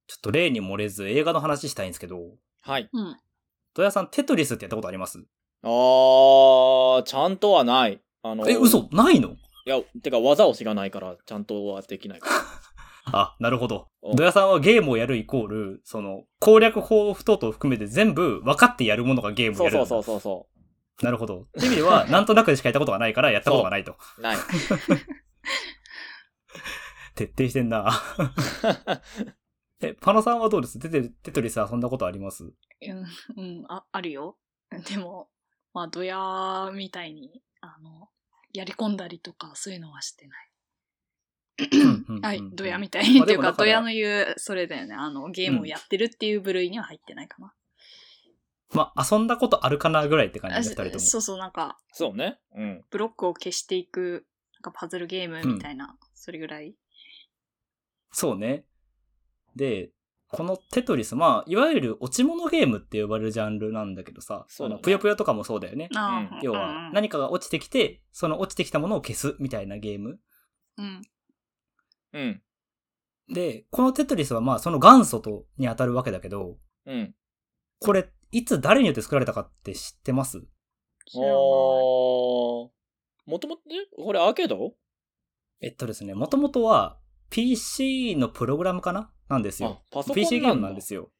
ちょっと例に漏れず映画の話したいんですけど、 はい。 ドヤさんテトリスってやったことあります？ ちゃんとはない。 嘘ないの？ いや、てか技を知らないから、ちゃんとはできないから。 あ、なるほど。ドヤさんはゲームをやるイコール、その、攻略法等々含めて全部分かってやるものがゲームをやるんだ。 そう。 なるほど。っていう意味では、なんとなくでしかやったことがないから、やったことがないと。 ない。 徹底してんな。パノさんはどうです？テトリス遊んだことあります？ あるよ。でも、まあ、ドヤみたいに、やり込んだりとか、そういうのはしてない。はい、ドヤみたいに。っていうか、ドヤの言う、それだよね。ゲームをやってるっていう部類には入ってないかな。 まあ、遊んだことあるかなぐらいって感じで、2人とも。 そう、なんか、 そうね。 ブロックを消していく、なんかパズルゲームみたいな、それぐらい。 そうね。で、このテトリス、まあ、いわゆる落ち物ゲームって呼ばれるジャンルなんだけどさ、ぷよぷよとかもそうだよね。要は、何かが落ちてきて、その落ちてきたものを消すみたいなゲーム。で、このテトリスはまあ、その元祖に当たるわけだけど、これ、いつ誰によって作られたかって知ってます？ もともとね、これアーケード？ ですね、もともとは PC のプログラムかななんですよ。 パソコンなんだ。 PC ゲームなんですよ。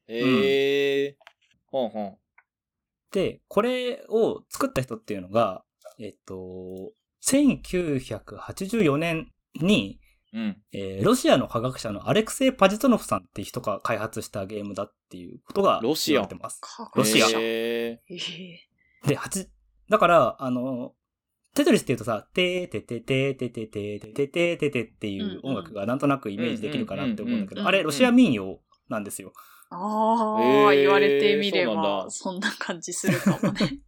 で、これを作った人っていうのが、1984年に、ロシアの科学者のアレクセイ・パジトノフさんっていう人が開発したゲームだっていうことが言われてます。ロシア。で、だから、テトリスって言うとさ、てーてててててててててててっていう音楽がなんとなくイメージできるかなって思うんだけど、あれ、ロシア民謡なんですよ。 言われてみれば、そんな感じするかもね。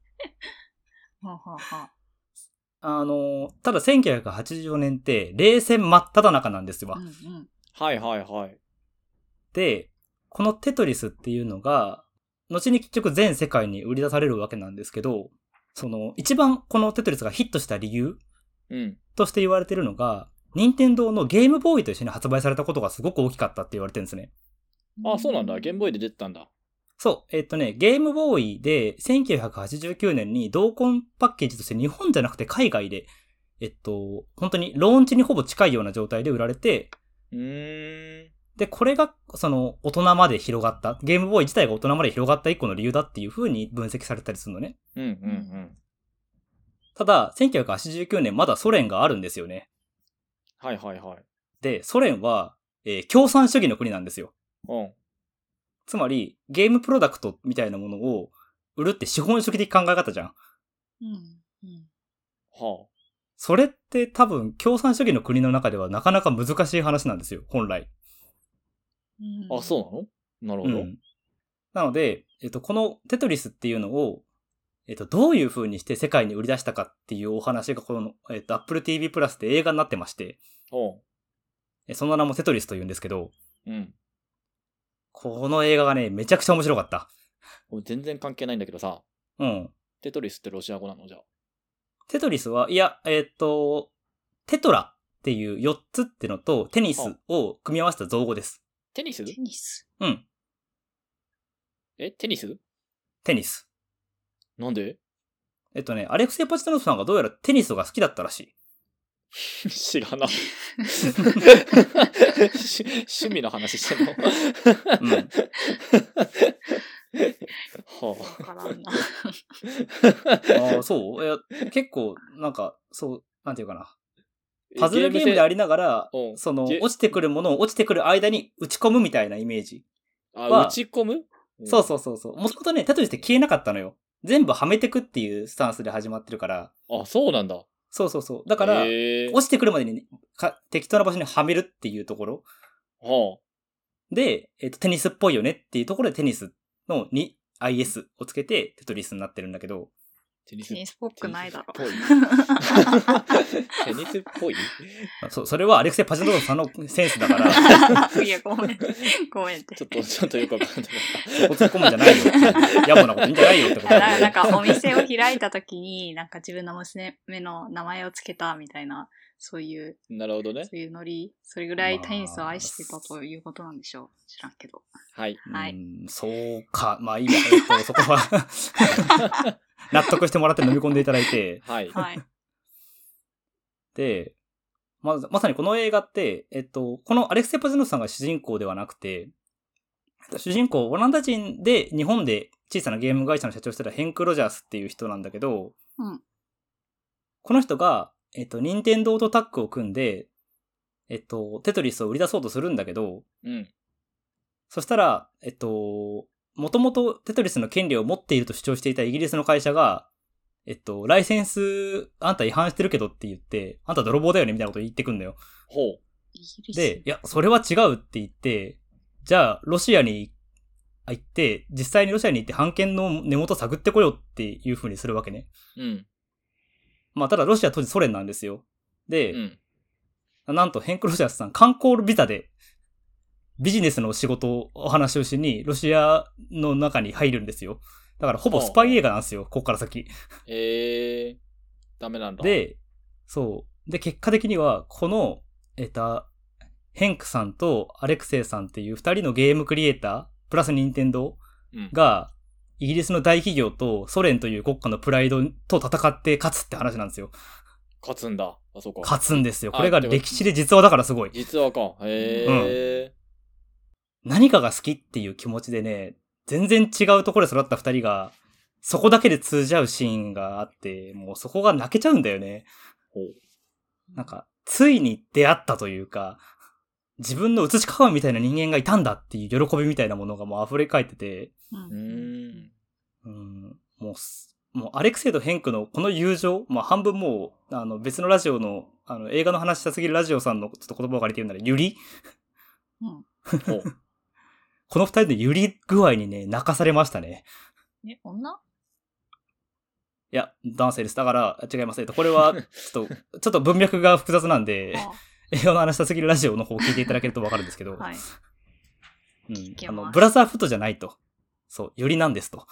ただ1984年って冷戦真っ只中なんですよ。 はい。 で、このテトリスっていうのが、後に結局全世界に売り出されるわけなんですけど、一番このテトリスがヒットした理由として言われてるのが、任天堂のゲームボーイと一緒に発売されたことがすごく大きかったって言われてるんですね。 そうなんだ。ゲームボーイで出てたんだ。 そう。ゲームボーイで1989年に同梱パッケージとして日本じゃなくて海外で、本当にローンチにほぼ近いような状態で売られて、で、これが、大人まで広がった、ゲームボーイ自体が大人まで広がった一個の理由だっていう風に分析されたりするのね。ただ、1989年まだソ連があるんですよね。 はい。 で、ソ連は、共産主義の国なんですよ。つまり、ゲームプロダクトみたいなものを売るって資本主義的考え方じゃん。それって多分、共産主義の国の中ではなかなか難しい話なんですよ、本来。 そうなの？なるほど。 なので、このテトリスっていうのを、どういう風にして世界に売り出したかっていうお話がこの、Apple TV プラスで映画になってまして、その名もテトリスというんですけど、この映画がね、めちゃくちゃ面白かった。 全然関係ないんだけどさ。テトリスってロシア語なの？じゃあ。 テトリスは、いや、テトラっていう4つってのとテニスを組み合わせた造語です。 テニス？ テニス。 テニス？ テニス。 なんで？ アレクセイ・パチトノフさんがどうやらテニスが好きだったらしい。 知らな。趣味の話してんの？ わからんな。 そう？いや、結構、なんか、そう、なんていうかな。パズルゲームでありながら、落ちてくるものを落ちてくる間に打ち込むみたいなイメージ。 打ち込む？ そう。もともとね、テトリスって消えなかったのよ。全部はめてくっていうスタンスで始まってるから。 そうなんだ。 そう。だから、落ちてくるまでに、適当な場所にはめるっていうところ。で、テニスっぽいよねっていうところでテニスのに IS をつけてテトリスになってるんだけど。 テニスっぽくないだろ。 テニスっぽい？ それはアレクセイ・パジトノフさんのセンスだから。 いや、ごめんって。 ちょっとよくわかんない。 そこ突っ込むんじゃないよ。野暮なこといいんじゃないよってことだ。 なんかお店を開いた時に、なんか自分の娘の名前をつけたみたいな、 そういう、 なるほどね。 そういうノリ、それぐらいテニスを愛してたということなんでしょう。知らんけど。 はい。 はい。 そうか。まあいいや。そこは納得してもらって飲み込んでいただいて。 はい。はい。 で、まさにこの映画って、このアレクセイ・パジノフさんが主人公ではなくて、主人公、オランダ人で日本で小さなゲーム会社の社長をしてたヘンク・ロジャースっていう人なんだけど、 うん、 この人が、任天堂とタッグを組んで、テトリスを売り出そうとするんだけど、 うん。 そしたら、もともとテトリスの権利を持っていると主張していたイギリスの会社が、ライセンス、あんた違反してるけどって言って、あんた泥棒だよねみたいなこと言ってくんだよ。 ほう。で、いや、それは違うって言って、じゃあ、ロシアに行って、実際にロシアに行って版権の根元探ってこようっていう風にするわけね。 うん。 まあ、ただロシア当時ソ連なんですよ。で、なんとヘンク・ロジャースさん、観光ビザでビジネスの仕事をお話をしに、ロシアの中に入るんですよ。だからほぼスパイ映画なんですよ、ここから先。 ダメなんだ。 で、そう。で、結果的には、この、ヘンクさんとアレクセイさんっていう二人のゲームクリエイター、プラス任天堂が、イギリスの大企業とソ連という国家のプライドと戦って勝つって話なんですよ。 勝つんだ。あそこ。 勝つんですよ。これが歴史で実話だからすごい。 実話か。へー。何かが好きっていう気持ちでね、全然違うところで育った二人が、そこだけで通じ合うシーンがあって、もうそこが泣けちゃうんだよね。なんか、ついに出会ったというか、自分の写し鏡みたいな人間がいたんだっていう喜びみたいなものがもう溢れ返ってて、もうアレクセイとヘンクのこの友情、まあ半分もう別のラジオの映画の話したすぎるラジオさんのちょっと言葉を借りて言うならユリ、この二人のユリ具合にね泣かされましたね。 女？ いや男性です。だから違います。これはちょっと文脈が複雑なんで。映画の話したすぎるラジオの方を聞いていただけると分かるんですけど、はい、ブラザーフットじゃないと。そう、ユリなんですと。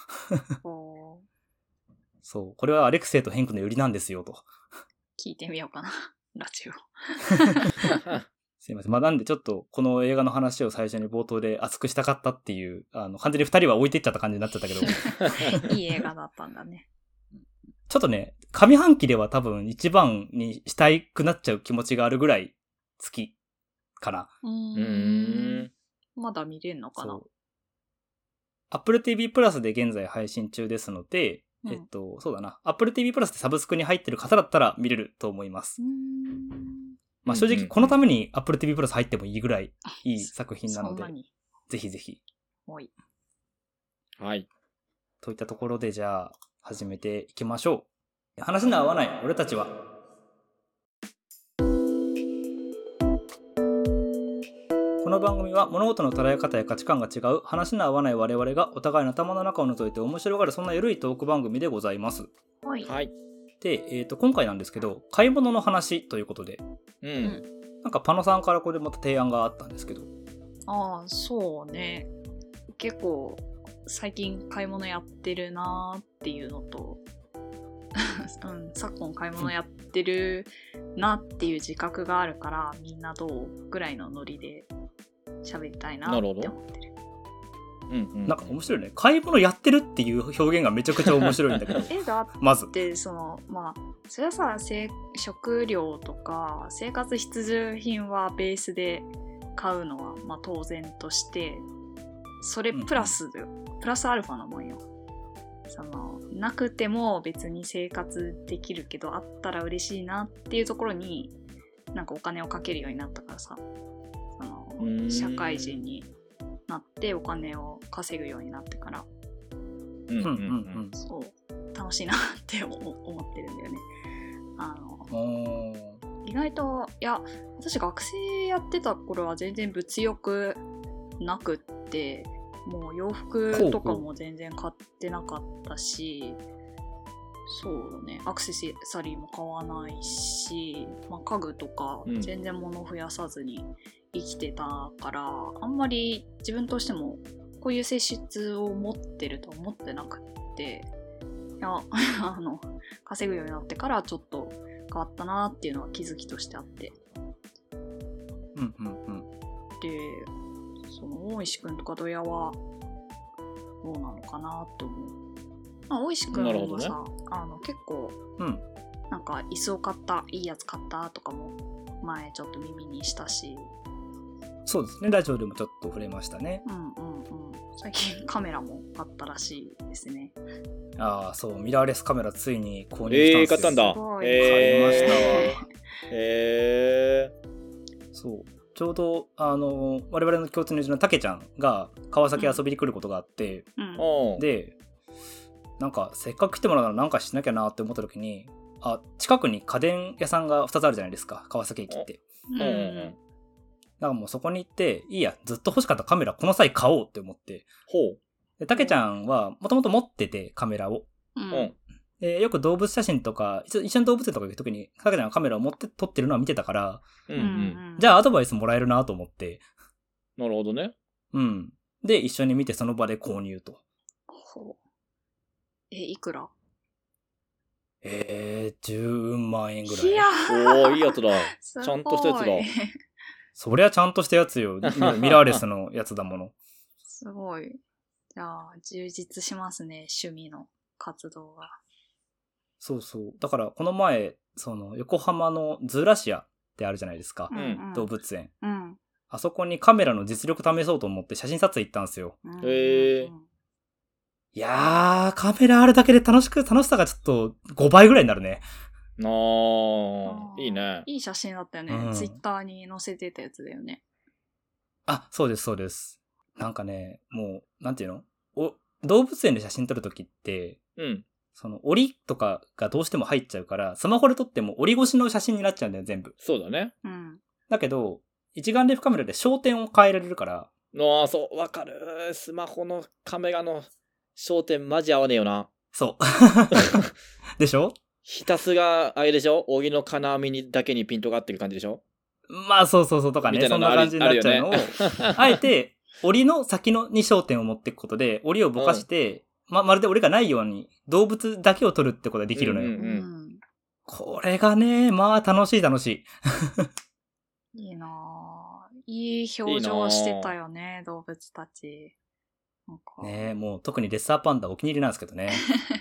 そう、これはアレクセイとヘンクのユリなんですよと。 聞いてみようかな、ラジオ。 すいません。まあ、なんでちょっとこの映画の話を最初に冒頭で熱くしたかったっていう、完全に二人は置いていっちゃった感じになっちゃったけど。 いい映画だったんだね。 ちょっとね、上半期では多分一番にしたいくなっちゃう気持ちがあるぐらい好きかな。 まだ見れんのかな。 Apple TV プラスで現在配信中ですので、そうだな。Apple TV プラスでサブスクに入ってる方だったら見れると思います。まあ正直このために Apple TV プラス入ってもいいぐらいいい作品なので、ぜひぜひ。 はい。 といったところでじゃあ始めていきましょう。話の合わない俺たちは。この番組は物事の捉え方や価値観が違う話の合わない我々がお互いの頭の中を覗いて面白がるそんな緩いトーク番組でございます。 はい。 で、今回なんですけど買い物の話ということで、なんかパノさんからこれまた提案があったんですけど。 ああ、そうね。結構最近買い物やってるなーっていうのと、昨今買い物やってるなっていう自覚があるからみんなどうぐらいのノリで喋りたいなって思ってる。 なんか面白いね。買い物やってるっていう表現がめちゃくちゃ面白いんだけど。 だってまあそれはさ、食料とか生活必需品はベースで買うのはまあ当然として、それプラスアルファなもんよ。なくても別に生活できるけどあったら嬉しいなっていうところになんかお金をかけるようになったからさ、社会人になってお金を稼ぐようになってから、そう楽しいなって思ってるんだよね。意外と私学生やってた頃は全然物欲なくって、もう洋服とかも全然買ってなかったし、そうね、アクセサリーも買わないし、まあ、家具とか全然物増やさずに生きてたから、あんまり自分としてもこういう性質を持ってると思ってなくって、稼ぐようになってからちょっと変わったなっていうのは気づきとしてあって。 うんうんうん。 で、その大石くんとかドヤはどうなのかなと思う。まあ、大石くんはさ、ね、結構、なんか椅子を買った、いいやつ買ったとかも前ちょっと耳にしたし。 そうですね、ラジオでもちょっと触れましたね。 最近カメラも買ったらしいですね。 ああ、そう、ミラーレスカメラついに購入したんです。 買ったんだ。 買いましたわ。そう。ちょうど、我々の共通の友人のたけちゃんが川崎遊びに来ることがあって、で、なんかせっかく来てもらうならなんかしなきゃなって思った時に、近くに家電屋さんが2つあるじゃないですか、川崎駅って。だからもうそこに行って、いいや、ずっと欲しかったカメラこの際買おうって思って。で、たけちゃんはもともと持っててカメラを。で、よく動物写真とか、一緒に動物園とか行くときに、たけちゃんがカメラを持って撮ってるのは見てたから、じゃあアドバイスもらえるなと思って。 なるほどね。 で、一緒に見てその場で購入と。 いくら ？10万円ぐらい。 いやー、いいやつだ。ちゃんとしたやつだ。 そりゃちゃんとしたやつよ。ミラーレスのやつだもの。 すごい。じゃあ、充実しますね、趣味の活動が。 そうそう。だから、この前、横浜のズーラシアってあるじゃないですか。動物園。あそこにカメラの実力試そうと思って写真撮影行ったんですよ。いやー、カメラあるだけで楽しさがちょっと5倍ぐらいになるね。 いいね。 いい写真だったよね。ツイッターに載せてたやつだよね。 そうです、そうです。なんかね、もう、なんていうの？動物園で写真撮るときって、檻とかがどうしても入っちゃうから、スマホで撮っても檻越しの写真になっちゃうんだよ、全部。 そうだね。 だけど、一眼レフカメラで焦点を変えられるから。 そう、わかる。スマホのカメラの焦点マジ合わねえよな。 そう。でしょ？ ひたすら、あれでしょ？扇の金網にだけにピントが合ってる感じでしょ？ まあ、そうとかね、そんな感じになっちゃうのを、あえて、檻の先に焦点を持っていくことで、檻をぼかして、まるで檻がないように、動物だけを撮るってことができるのよ。これがね、まあ、楽しい。 いいなぁ。いい表情してたよね、動物たち。 ねえ、もう特にレッサーパンダお気に入りなんですけどね。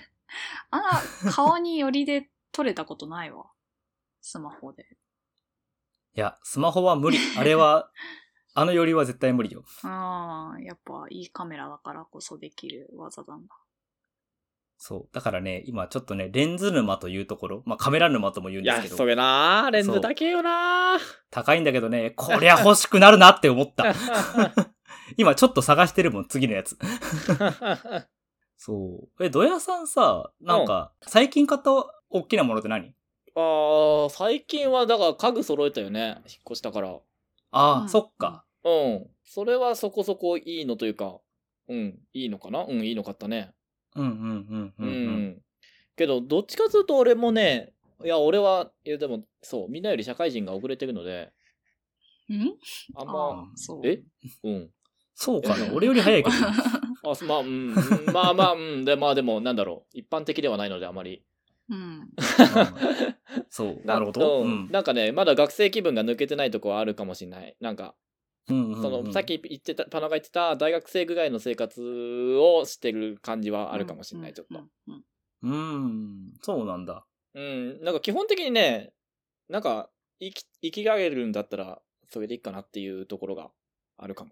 顔に寄りで撮れたことないわ。スマホで。 いや、スマホは無理。あれは、寄りは絶対無理よ。 やっぱいいカメラだからこそできる技なんだ。 そう。だからね、今ちょっとね、レンズ沼というところ、まあカメラ沼とも言うんですけど。 いや、それなレンズ高えよな高いんだけどね、こりゃ欲しくなるなって思った。今ちょっと探してるもん、次のやつ。そう。ドヤさんさ、なんか、最近買った大きなものって何？ 最近はだから家具揃えたよね。引っ越したから。 そっか。 それはそこそこいいのというか、いいのかな？いいの買ったね。けど、どっちかというと俺もね、でも、そう、みんなより社会人が遅れてるので、あんま、 そうかな、俺より早いけど。 でも、なんだろう、一般的ではないのであまり。 そう、なるほど。 なんかね、まだ学生気分が抜けてないとこはあるかもしれない。なんか、さっきパナが言ってた大学生ぐらいの生活をしてる感じはあるかもしれない、ちょっと。 そうなんだ。 なんか基本的にね、なんか生きられるんだったらそれでいいかなっていうところがあるかも。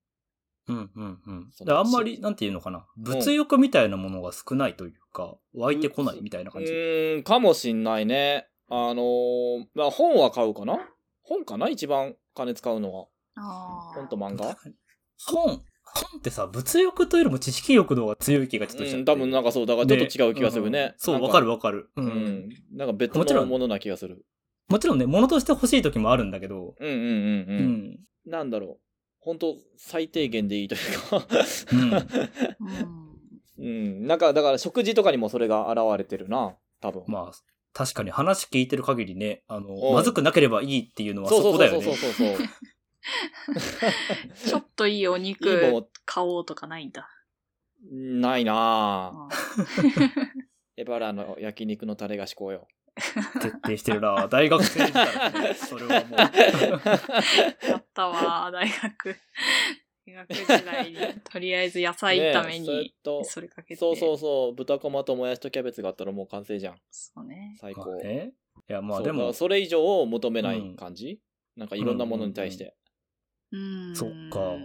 あんまりなんていうのかな、物欲みたいなものが少ないというか、湧いてこないみたいな感じ。 かもしんないね。本は買うかな？本かな？一番金使うのは。本と漫画？ 本ってさ、物欲というよりも知識欲の方が強い気がちょっとしちゃって。 多分なんかそう、だからちょっと違う気がするね。 そう、わかる。 なんか別のものな気がする。 もちろんね、物として欲しい時もあるんだけど。 なんだろう。本当最低限でいいというか。なんかだから食事とかにもそれが現れてるな、多分。 まあ、確かに話聞いてる限りね、まずくなければいいっていうのはそこだよね。そう。 ちょっといいお肉買おうとかないんだ。 ないなぁ。エバラの焼肉のタレがしこうよ。 徹底してるな。大学生時代ね。それはもう。 やったわ、大学時代に。とりあえず野菜炒めにそれかけて。 そう。豚こまともやしとキャベツがあったらもう完成じゃん。 そうね。 最高。 いや、まあでも。 それ以上を求めない感じ、なんかいろんなものに対して。 そっか。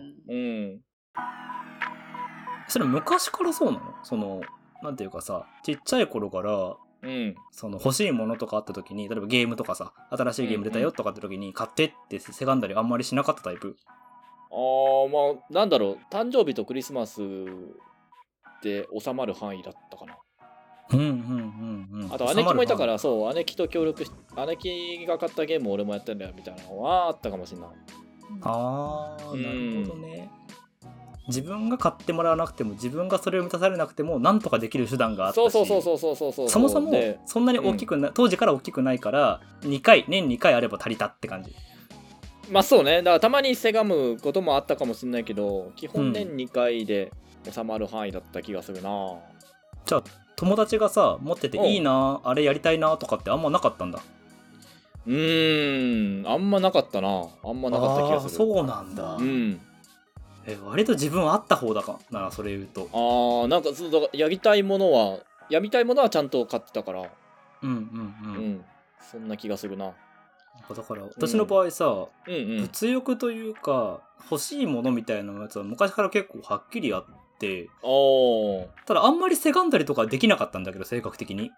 それ昔からそうなの？なんていうかさ、ちっちゃい頃から、欲しいものとかあった時に、例えばゲームとかさ、新しいゲーム出たよとかって時に買ってってせがんだりあんまりしなかったタイプ？ まあ、なんだろう、誕生日とクリスマスで収まる範囲だったかな。あと姉貴もいたから、そう、姉貴と協力し、姉貴が買ったゲームを俺もやってんだよみたいなのはあったかもしれない。 なるほどね。自分が買ってもらわなくても、自分がそれを満たされなくても、なんとかできる手段があったし、そもそもそんなに大きくな、当時から大きくないから、年2回あれば足りたって感じ。 まあそうね、だからたまにせがむこともあったかもしれないけど、基本年2回で収まる範囲だった気がするな。 じゃあ友達がさ持ってていいな、あれやりたいなとかってあんまなかったんだ？ あんまなかったな。あんまなかった気がする。 そうなんだ。割と自分あった方だかな、それ言うと。 なんかだからやりたいものはちゃんと買ってたから。そんな気がするな。 だから私の場合さ、物欲というか欲しいものみたいなやつは昔から結構はっきりあって、ただあんまりせがんだりとかできなかったんだけど、性格的に。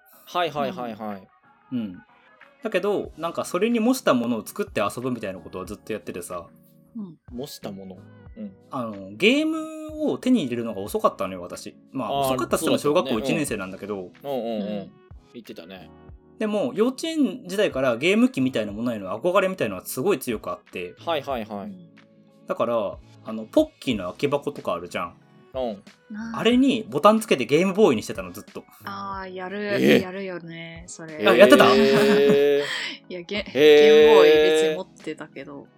だけどなんかそれに模したものを作って遊ぶみたいなことはずっとやっててさ、 模したもの、 ゲームを手に入れるのが遅かったのよ、私。まあ遅かったって言っても小学校1年生なんだけど、 言ってたね。 でも幼稚園時代からゲーム機みたいなものへの憧れみたいなのはすごい強くあって、だからポッキーの空き箱とかあるじゃん。あれにボタンつけてゲームボーイにしてたの、ずっと。 やるよね、それ。 やってた？ いやゲームボーイ別に持ってたけど、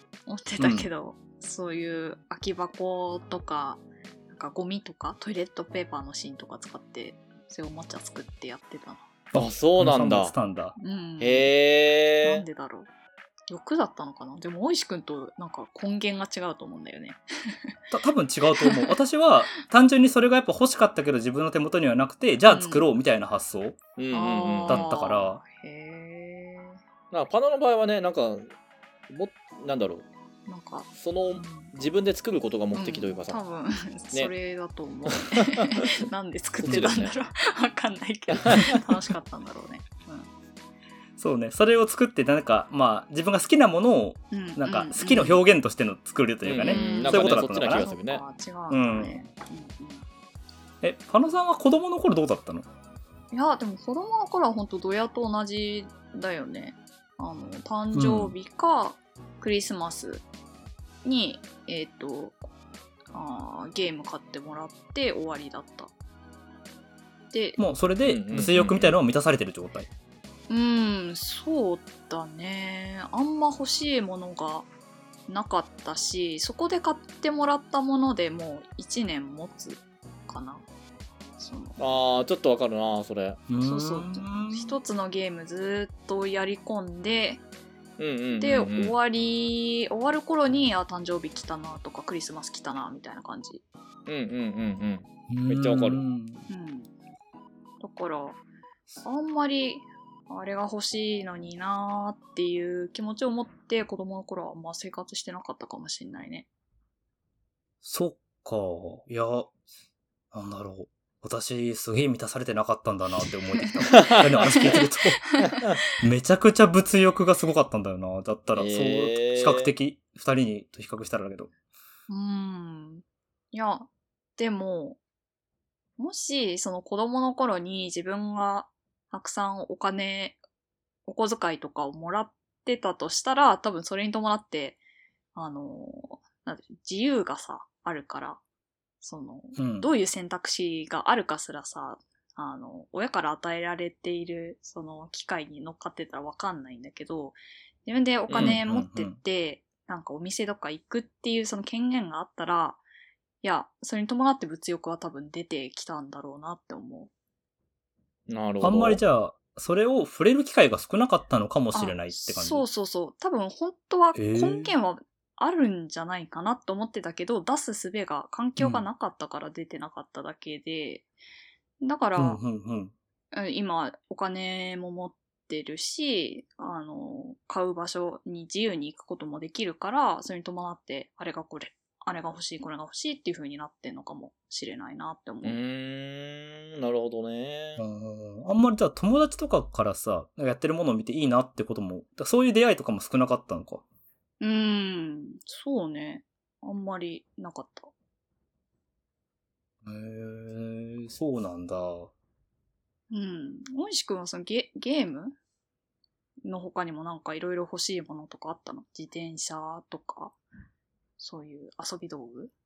そういう空き箱とか、なんかゴミとかトイレットペーパーの芯とか使ってそういうおもちゃ作ってやってたな。 そうなんだ。 なんでだろう。欲だったのかな。でも大石くんとなんか根源が違うと思うんだよね。 多分違うと思う。私は単純にそれがやっぱ欲しかったけど自分の手元にはなくて、じゃあ作ろうみたいな発想だったから。 パノの場合はね、なんかなんだろう。なんか自分で作ることが目的というかさ、 多分それだと思う。なんで作ってたんだろう。わかんないけど楽しかったんだろうね。 そうね、それを作ってなんかまあ自分が好きなものをなんか好きの表現としての作るというかね、そういうことだったのかな。 違うんだね。 パノさんは子供の頃どうだったの？ いやでも子供の頃は本当ドヤと同じだよね。誕生日かクリスマスにゲーム買ってもらって終わりだった。でもうそれで物欲みたいなのを満たされてる状態。 そうだね。あんま欲しいものがなかったし、そこで買ってもらったものでもう1年持つかな。 ちょっとわかるな、それ。 そう一つのゲームずっとやり込んで、で終わる頃に誕生日来たなとかクリスマス来たなみたいな感じ。 めっちゃわかる。 だからあんまりあれが欲しいのになーっていう気持ちを持って子供の頃はあんま生活してなかったかもしれないね。 そっか。いや、なんだろう。私すげえ満たされてなかったんだなって思えてきた。話聞いてるとめちゃくちゃ物欲がすごかったんだよな。だったらそう比較的2人にと比較したらだけど。 いやでももしその子供の頃に自分がたくさんお小遣いとかをもらってたとしたら、多分それに伴って自由がさあるから。どういう選択肢があるかすらさ、親から与えられているその機会に乗っかってたら分かんないんだけど、自分でお金持ってって、なんかお店とか行くっていうその権限があったら、いやそれに伴って物欲は多分出てきたんだろうなって思う。 なるほど。 あんまりじゃあそれを触れる機会が少なかったのかもしれないって感じ。 そうそうそう。多分本当は根源はあるんじゃないかなと思ってたけど、出す術が、環境がなかったから出てなかっただけで、だから、今お金も持ってるし、買う場所に自由に行くこともできるから、それに伴って、あれが欲しい、これが欲しいっていう風になってんのかもしれないなって思う。 なるほどね。 あんまりじゃあ友達とかからさ、やってるものを見ていいなってことも、そういう出会いとかも少なかったのか。 そうね。あんまりなかった。 そうなんだ。 大石くんはそのゲームの他にもなんかいろいろ欲しいものとかあったの？自転車とか、そういう遊び道具？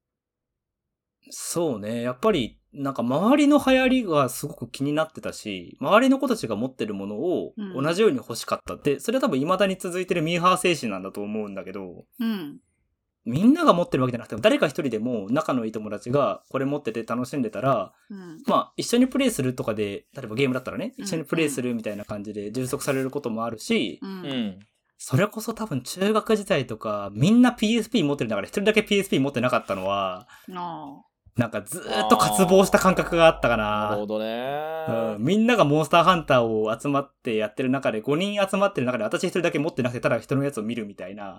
そうね。やっぱり、なんか周りの流行りがすごく気になってたし、周りの子たちが持ってるものを同じように欲しかったって、それは多分未だに続いてるミーハー精神なんだと思うんだけど、みんなが持ってるわけじゃなくて、誰か一人でも仲のいい友達がこれ持ってて楽しんでたら、まあ一緒にプレイするとかで、例えばゲームだったらね、一緒にプレイするみたいな感じで充足されることもあるし、それこそ多分中学時代とかみんな PSP 持ってる中で一人だけ PSP 持ってなかったのは、なんかずーっと渇望した感覚があったかな。 なるほどね、 みんながモンスターハンターを集まってやってる中で、5人集まってる中で私一人だけ持ってなくて、ただ人のやつを見るみたいな。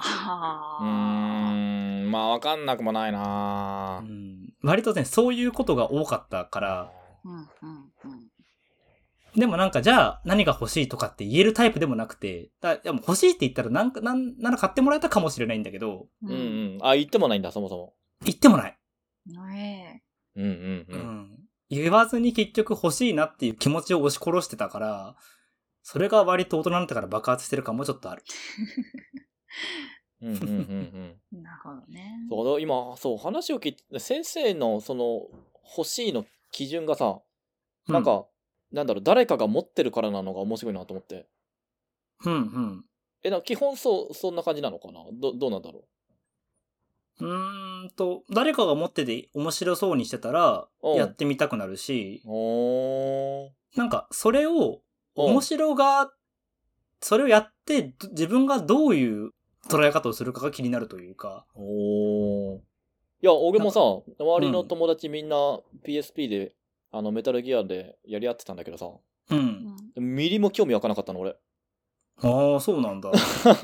まあわかんなくもないな。 割とね、そういうことが多かったから。でもなんかじゃあ何が欲しいとかって言えるタイプでもなくて、でも欲しいって言ったらなんなら買ってもらえたかもしれないんだけど。 言ってもないんだ、そもそも。 言ってもない。言わずに結局欲しいなっていう気持ちを押し殺してたから、それが割と大人になってから爆発してる感もちょっとある。 なるほどね。 そう、今、話を聞いて、先生のその欲しいの基準がさ、なんか、なんだろう、誰かが持ってるからなのが面白いなと思って。基本そんな感じなのかな？どうなんだろう。 誰かが持ってて面白そうにしてたら、やってみたくなるし、なんか、それをやって、自分がどういう捉え方をするかが気になるというか。 いや、俺もさ、周りの友達みんな PSP で、メタルギアでやり合ってたんだけどさ、ミリも興味湧かなかったの、俺。 ああ、そうなんだ。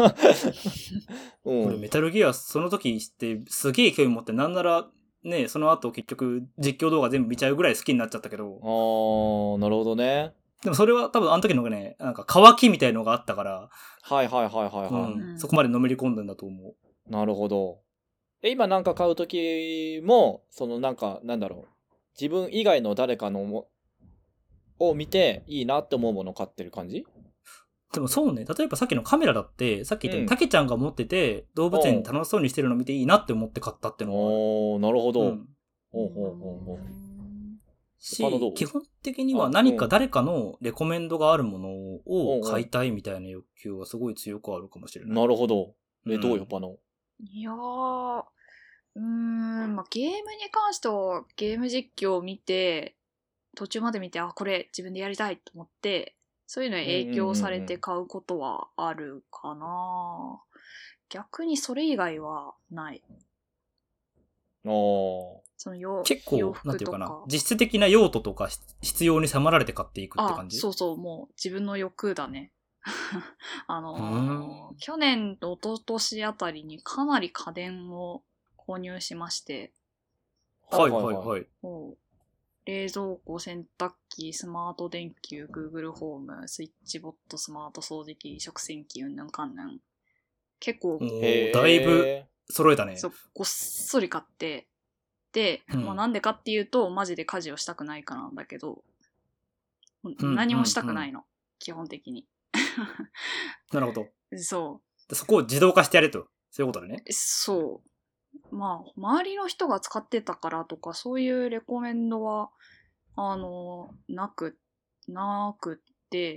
俺メタルギアその時ってすげえ興味持って、なんならね、その後結局実況動画全部見ちゃうぐらい好きになっちゃったけど。 なるほどね。 でもそれは多分あの時のね、なんか乾きみたいのがあったから。そこまでのめり込んだんだと思う。 なるほど。今なんか買う時も、なんだろう。自分以外の誰かのを見ていいなって思うものを買ってる感じ？ でもそうね、例えばさっきのカメラだって、さっき言ったように、たけちゃんが持ってて、動物園楽しそうにしてるの見ていいなって思って買ったってのは。なるほど。 基本的には何か誰かのレコメンドがあるものを買いたいみたいな欲求はすごい強くあるかもしれない。 なるほど。どうよ、パノ？ いやー、まあ、ゲームに関してはゲーム実況を見て、途中まで見て、これ自分でやりたいと思って、そういうのに影響されて買うことはあるかな。逆にそれ以外はない。その結構、なんていうかな、実質的な用途とか必要に迫られて買っていくって感じ？ そうそう、もう自分の欲だね。去年と一昨年あたりにかなり家電を購入しまして。冷蔵庫、洗濯機、スマート電球、Google ホーム、スイッチボット、スマート掃除機、食洗機、うんぬんかんぬん。結構、 だいぶ揃えたね。 そう、ごっそり買って、で、なんでかっていうと、マジで家事をしたくないからなんだけど、何もしたくないの、基本的に。 なるほど。 そこを自動化してやれと。そういうことだね。 そう。まあ、周りの人が使ってたからとか、そういうレコメンドは、なくって、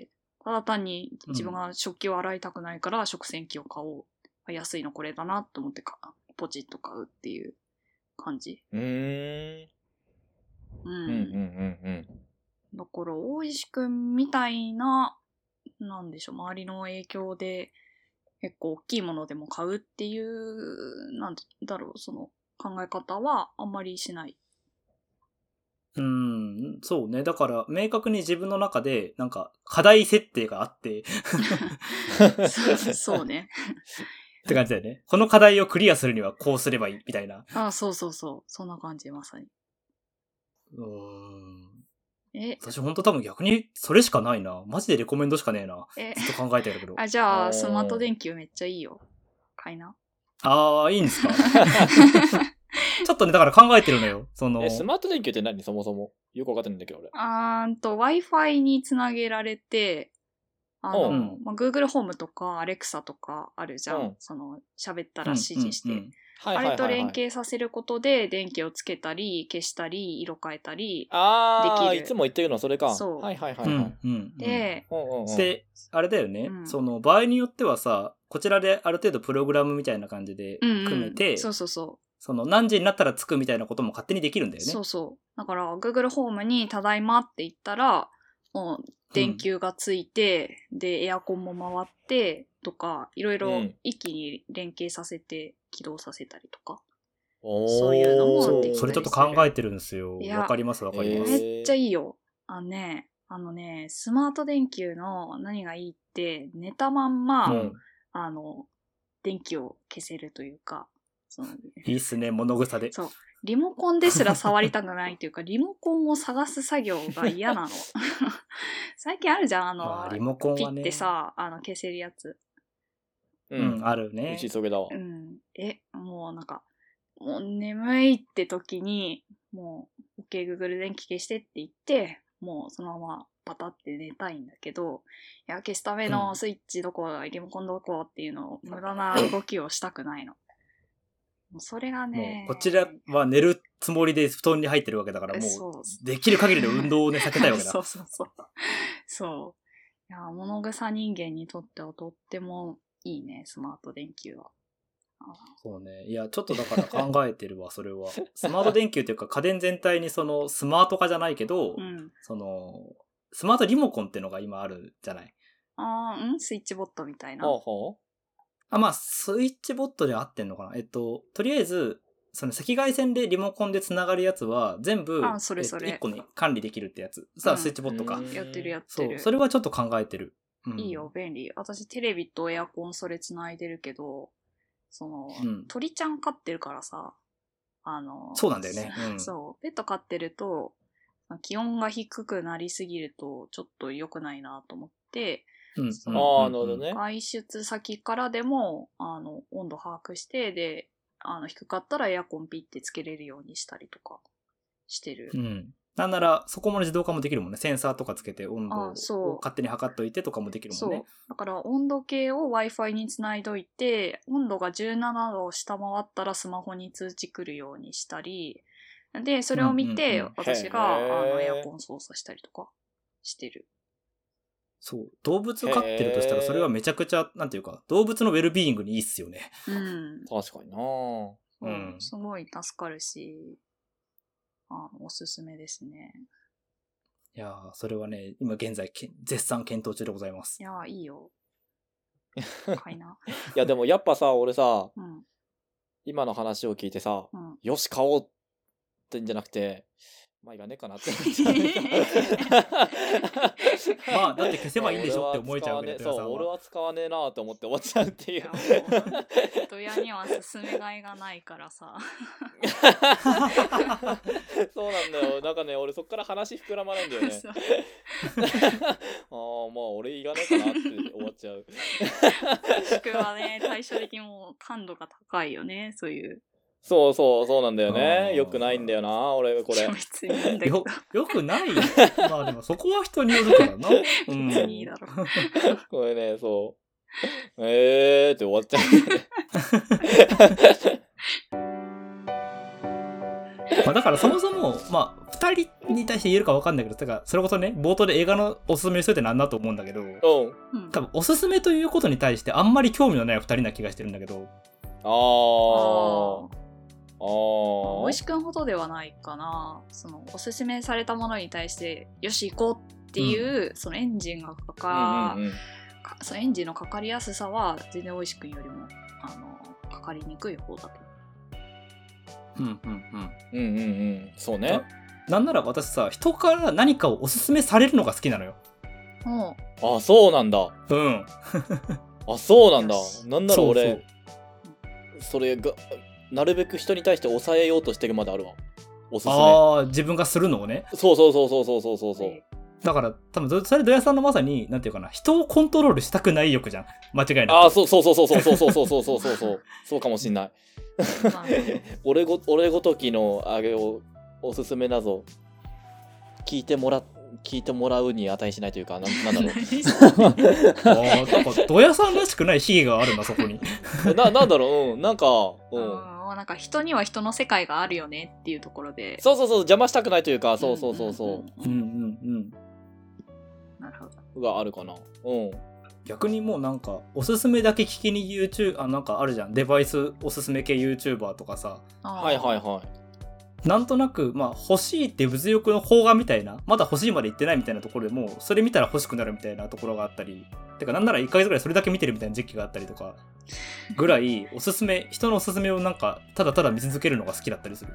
ただ単に自分が食器を洗いたくないから食洗機を買おう。安いのこれだなと思ってポチッと買うっていう感じ。 だから大石くんみたいな、なんでしょう、周りの影響で結構大きいものでも買うっていう、なんだろう、その考え方はあんまりしない。 そうね。だから明確に自分の中でなんか課題設定があってそうねって感じだよね。この課題をクリアするにはこうすればいいみたいな。 そうそんな感じ、まさに。 私ほんと多分逆にそれしかないな。マジでレコメンドしかねえな。ずっと考えてるけど。 じゃあスマート電球めっちゃいいよ。買いな。 いいんですかちょっとね、だから考えてるのよ。 スマート電球って何、そもそも。よくわかってないんだけど、俺。 Wi-Fi につなげられて、Google ホームとか Alexa とかあるじゃん。その、喋ったら指示して。あれと連携させることで、電気をつけたり、消したり、色変えたり、できる。 いつも言ってるのそれか。 そう。 はい。 で、 あれだよね。その、場合によってはさ、こちらである程度プログラムみたいな感じで組めて、 そう。 その何時になったら着くみたいなことも勝手にできるんだよね。 そう。だから Google ホームにただいまって言ったら、もう電球がついて、で、エアコンも回ってとか、いろいろ一気に連携させて起動させたりとか。そういうのもできたりする。 それちょっと考えてるんですよ。わかります。 めっちゃいいよ。スマート電球の何がいいって、寝たまんま、電気を消せるというか、 いいっすね、物草で。 そう。リモコンですら触りたくないというか、リモコンを探す作業が嫌なの。最近あるじゃん、 リモコンはね、 ピッてさ、消せるやつ。 あるね。 しそげだわ。 もうなんか、もう眠いって時に、もう、OK Google 電気消してって言って、もうそのままパタって寝たいんだけど、いや、消すためのスイッチどこ、リモコンどこっていうのを無駄な動きをしたくないの。もうそれがね。 こちらは寝るつもりで布団に入ってるわけだから、もう、できる限りの運動をね、避けたいわけだ。 そう。いや、物草人間にとってはとってもいいね、スマート電球は。 そうね。いや、ちょっとだから考えてるわ、それは。スマート電球というか家電全体にそのスマート化じゃないけど、その、スマートリモコンっていうのが今あるじゃない。 スイッチボットみたいな。 スイッチボットで合ってんのかな。とりあえず、その赤外線でリモコンでつながるやつは全部、1個に管理できるってやつ。スイッチボットか。 やってる。 そう、それはちょっと考えてる。 いいよ、便利。私テレビとエアコンそれつないでるけど、鳥ちゃん飼ってるからさ、 そうなんだよね。 そう、ペット飼ってると、気温が低くなりすぎるとちょっと良くないなと思って、外出先からでも、温度把握して、で、低かったらエアコンピッてつけれるようにしたりとかしてる。 なんなら、そこまで自動化もできるもんね。センサーとかつけて温度を勝手に測っといてとかもできるもんね。 そう。だから温度計を Wi-Fi につないどいて、温度が17度を下回ったらスマホに通知来るようにしたり、で、それを見て、私がエアコン操作したりとかしてる。 そう。動物飼ってるとしたら、それはめちゃくちゃ、なんていうか、動物のウェルビーイングにいいっすよね。 確かになすごい助かるし、おすすめですね。 いやー、それはね、今現在、絶賛検討中でございます。 いやー、いいよ。買いな。 いや、でもやっぱさ、俺さ、今の話を聞いてさ、よし、買おうってんじゃなくて、まあいらねえかなってまあだって消せばいいんでしょって思えちゃうわけだ。 そう、俺は使わねえなと思って終わっちゃうっていう。 ドヤには勧めがいがないからさ。 そうなんだよ。なんかね、俺そっから話膨らまないんだよね。まあ俺いらねえかなって終わっちゃう。 もしくはね、対照的にもう感度が高いよね、そういう。 そうなんだよね。よくないんだよな、俺これ。 よくない。まあでもそこは人によるからな。 別にいいだろ。 これね、そう。って終わっちゃう。だからそもそも、まあ、2人に対して言えるか分かんないけど、だからそれこそね、冒頭で映画のおすすめしといてなんだと思うんだけど、多分おすすめということに対してあんまり興味のない2人な気がしてるんだけど。 おいしくんほどではないかな。そのおすすめされたものに対してよし行こうっていう、そのエンジンがそのエンジンのかかりやすさは全然おいしくんよりもかかりにくい方だと。 そうね。 なんなら私さ、人から何かをおすすめされるのが好きなのよ。 あ、そうなんだ。あ、そうなんだ。なんなら俺それがなるべく人に対して抑えようとしてるまであるわ。おすすめ。 ああ、自分がするのをね。 そう。 だから多分それドヤさんのまさになんていうかな、人をコントロールしたくない欲じゃん。間違いなく。 ああ、そうかもしんない。俺ごときのあれをおすすめだぞ。聞いてもらうに値しないというか、なんだろう。 なんかドヤさんらしくない悲劇があるな、そこに。 なんだろう、なんか人には人の世界があるよねっていうところで。 そう邪魔したくないというか、そう。 なるほど。 があるかな。 逆にもうなんかおすすめだけ聞きに YouTube なんかあるじゃん、デバイスおすすめ系 YouTuber とかさ。なんとなく欲しいっていう物欲の邦画みたいな、まだ欲しいまで行ってないみたいなところでもそれ見たら欲しくなるみたいなところがあったり、てかなんなら1ヶ月ぐらいそれだけ見てるみたいな時期があったりとかぐらい人のおすすめをなんかただただ見続けるのが好きだったりする。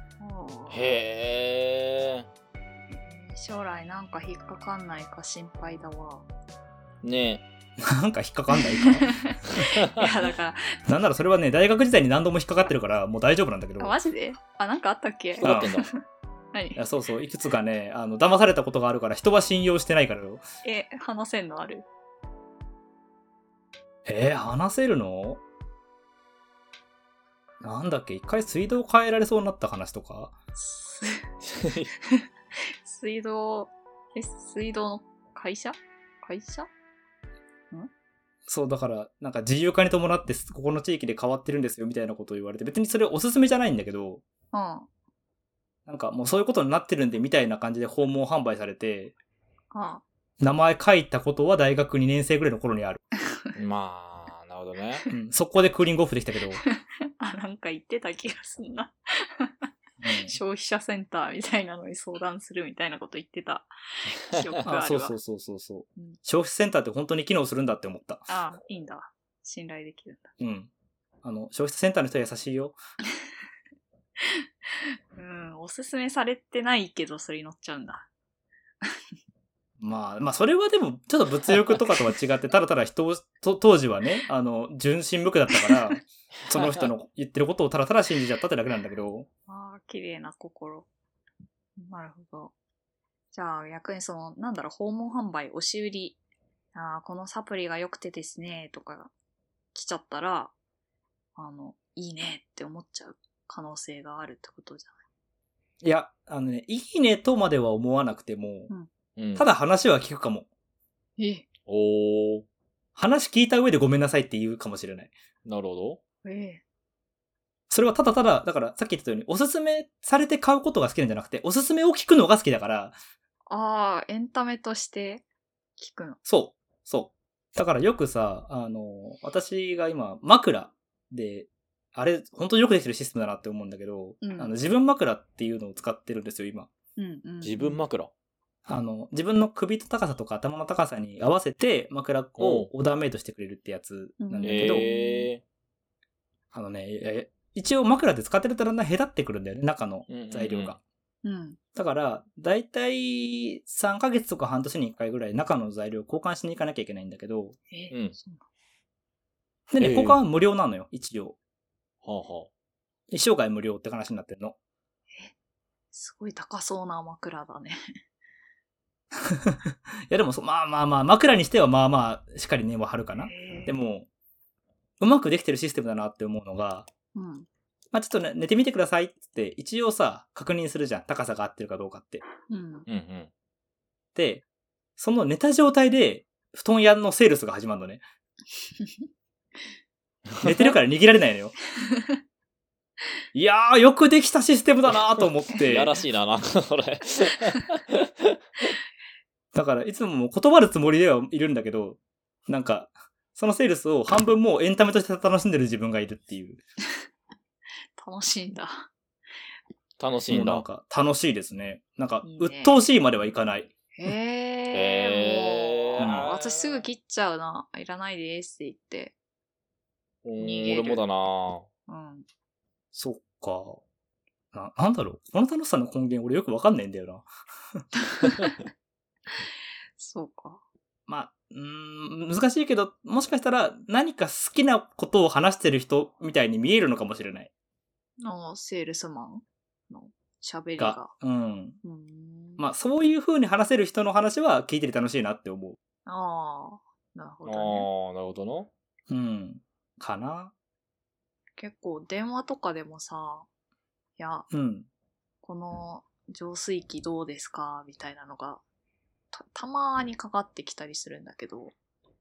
へー。 将来なんか引っかかんないか心配だわ。 ねえ。なんか引っかかんないか。 いやだから。 なんならそれはね、大学時代に何度も引っかかってるからもう大丈夫なんだけど。 マジで？なんかあったっけ？ かかってんだ。 何？ いやそういくつかね騙されたことがあるから人は信用してないからよ。 話せんのある？ 話せるの？なんだっけ、一回水道変えられそうになった話とか。 水道の会社？ そうだからなんか自由化に伴ってここの地域で変わってるんですよみたいなことを言われて、別にそれおすすめじゃないんだけど、なんかもうそういうことになってるんでみたいな感じで訪問販売されて、名前書いたことは大学2年生ぐらいの頃にある。 まあなるほどね。 速攻でクーリングオフできたけど。 なんか言ってた気がすんな。消費者センターみたいなのに相談するみたいなこと言ってた記憶があるわ。 そう、消費センターって本当に機能するんだって思った。 いいんだ。信頼できるんだ。消費者センターの人は優しいよ。 おすすめされてないけどそれに乗っちゃうんだ。 まあそれはでもちょっと物欲とかとは違ってただただ人を当時はね純真無垢だったからその人の言ってることをただただ信じちゃったってだけなんだけど。 綺麗な心。なるほど。じゃあ逆に訪問販売、押し売り、このサプリが良くてですねとか来ちゃったらいいねって思っちゃう可能性があるってことじゃない？ いやいいねとまでは思わなくても、ただ話は聞くかも。話聞いた上でごめんなさいって言うかもしれない。 なるほど。 それはただただ、だからさっき言ったようにおすすめされて買うことが好きなんじゃなくて、おすすめを聞くのが好きだから。 エンタメとして聞くの。 そう。だからよくさ、私が今枕で、あれ本当によくできてるシステムだなって思うんだけど、自分枕っていうのを使ってるんですよ今。 自分枕。 自分の首の高さとか頭の高さに合わせて枕をオーダーメイドしてくれるってやつなんだけど、一応枕で使ってるとだんだん隔ってくるんだよね、中の材料が。だからだいたい3ヶ月とか半年に1回ぐらい中の材料を交換しに行かなきゃいけないんだけど、でね、交換は無料なのよ一応。一生涯無料って話になってるの。 すごい高そうな枕だね。 いやでもまあ枕にしてはしっかり根は張るかな。でもうまくできてるシステムだなって思うのが、ちょっと、ね、寝てみてくださいって一応さ確認するじゃん、高さが合ってるかどうかって。でその寝た状態で布団屋のセールスが始まるのね。寝てるから握られないのよ。いやーよくできたシステムだなと思って。 やらしいなこれ。 だからいつも断るつもりではいるんだけど、なんかそのセールスを半分もうエンタメとして楽しんでる自分がいるっていう。 楽しいんだ。 楽しいんだ。 なんか楽しいですね。なんか、鬱陶しいまではいかない。 もう、私すぐ切っちゃうな。いらないですって言って。 俺もだな。 そっか。なんだろう。この楽しさの根源俺よくわかんないんだよな。 そうか。 まあ、難しいけど、もしかしたら何か好きなことを話してる人みたいに見えるのかもしれない。 セールスマンの喋りが。 まあ、そういう風に話せる人の話は聞いてて楽しいなって思う。 なるほどね。 なるほどな。 かな。 結構電話とかでもさ、いや、この浄水器どうですかみたいなのがたまーにかかってきたりするんだけど、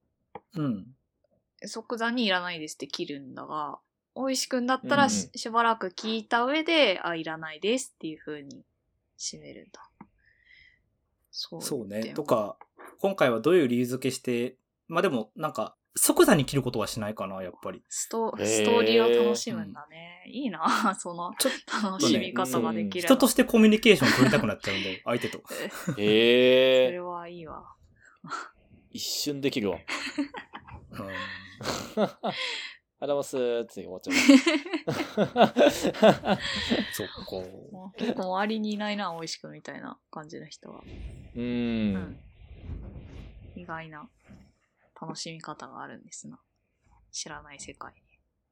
即座にいらないですって切るんだが、おいしくんだったらしばらく聞いた上で、いらないですっていう風に締めるんだ。 そうね。とか、今回はどういう理由付けして、まあでもなんか、即座に切ることはしないかな、やっぱり。 ストーリーを楽しむんだね。いいな、その楽しみ方ができる、 人としてコミュニケーション取りたくなっちゃうんで、相手と。 それはいいわ。 一瞬できるわ。あらますーって終わっちゃう。 そっか。 結構周りにいないな、おいしくみたいな感じの人は。意外な楽しみ方があるんですな。知らない世界に。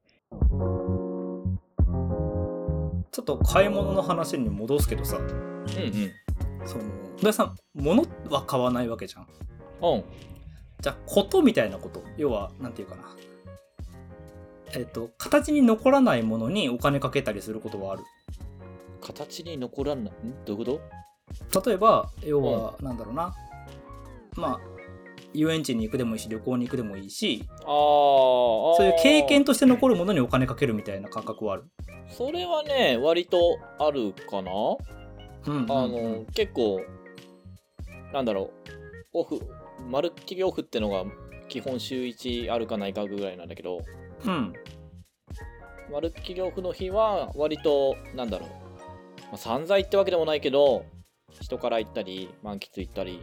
ちょっと買い物の話に戻すけどさ。戸谷さん、物は買わないわけじゃん。じゃあ、ことみたいなこと。要は、なんていうかな。形に残らないものにお金かけたりすることはある。 形に残らない？どういうこと？例えば、要は、なんだろうな。まあ、遊園地に行くでもいいし、旅行に行くでもいいし、そういう経験として残るものにお金かけるみたいな感覚はある。 それはね、割とあるかな。結構、なんだろう、オフ、まるっきりオフってのが基本週1あるかないかぐらいなんだけど、まるっきりオフの日は割となんだろう、散財ってわけでもないけど、人から行ったり満喫行ったり、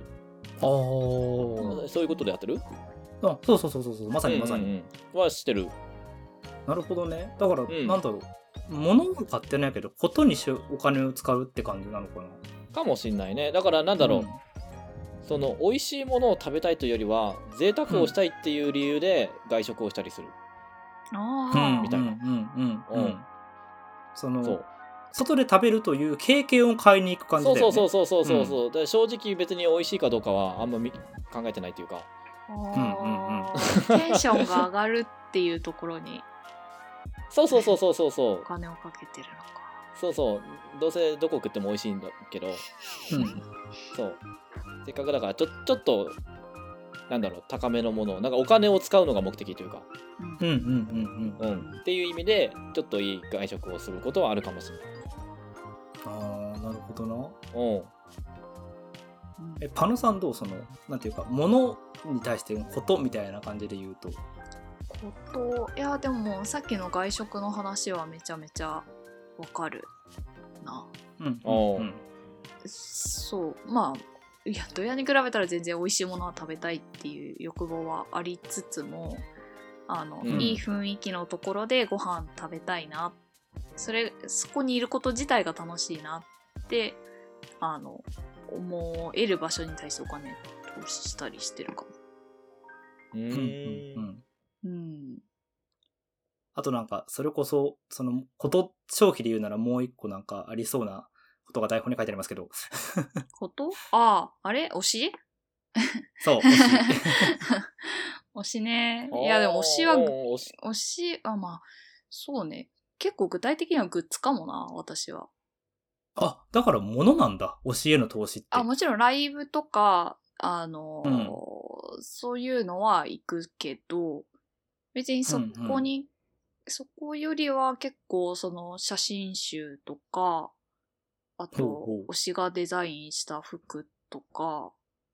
そういうことでやってる？ そうまさに、 はしてる。 なるほどね。だから、なんだろう、物を買ってないけどことにお金を使うって感じなのかな。 かもしんないね。だからなんだろう、その美味しいものを食べたいというよりは贅沢をしたいっていう理由で外食をしたりする。みたいな。 外で食べるという経験を買いに行く感じだよね。 そう。正直別に美味しいかどうかはあんま考えてないというか。 テンションが上がるっていうところに。 そう。お金をかけてるのか。 そう。どうせどこ食っても美味しいんだけど。そう。せっかくだからちょっとなんだろう、高めのものをなんかお金を使うのが目的というか。っていう意味でちょっといい外食をすることはあるかもしれない。 なるほどな。パノさんどう？そのなんていうか物に対してのことみたいな感じで言うと。 いやでもさっきの外食の話はめちゃめちゃわかるな。そうまあいやドヤに比べたら全然美味しいものは食べたいっていう欲望はありつつもいい雰囲気のところでご飯食べたいな、そこにいること自体が楽しいなって思える場所に対してお金投資したりしてるかも。 あとなんかそれこそそのこと消費で言うならもう一個なんかありそうなことが台本に書いてありますけど。 ことあれ推しそう、推し。 推しね。いやでも推しまあそうね。結構具体的にはグッズかもな、私は。 だから物なんだ、推しへの投資って。 もちろんライブとかそういうのは行くけど、別にそこよりは結構その写真集とか、あと推しがデザインした服とか、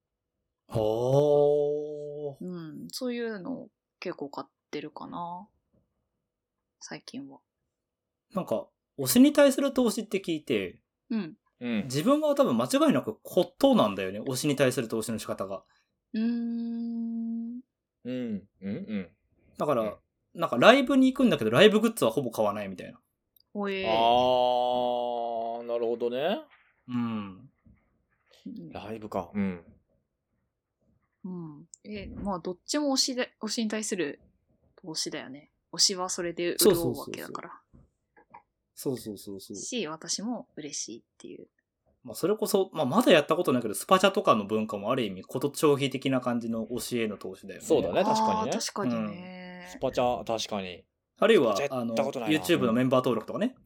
そういうの結構買ってるかな、最近は。 なんか推しに対する投資って聞いて、 うん。 自分は多分間違いなく骨董なんだよね。推しに対する投資の仕方が。だから、なんかライブに行くんだけど、ライブグッズはほぼ買わないみたいな。 あー、なるほどね。ライブか。 まあ、どっちも推しに対する投資だよね。推しはそれで潤うわけだから。 そうし、私も嬉しいっていう。 まあ、それこそ、まだやったことないけど、スパチャとかの文化もある意味、こと消費的な感じの推しへの投資だよね。 そうだね、確かにね。 確かにね。 スパチャ、確かに。 あるいは、YouTube のメンバー登録とかね。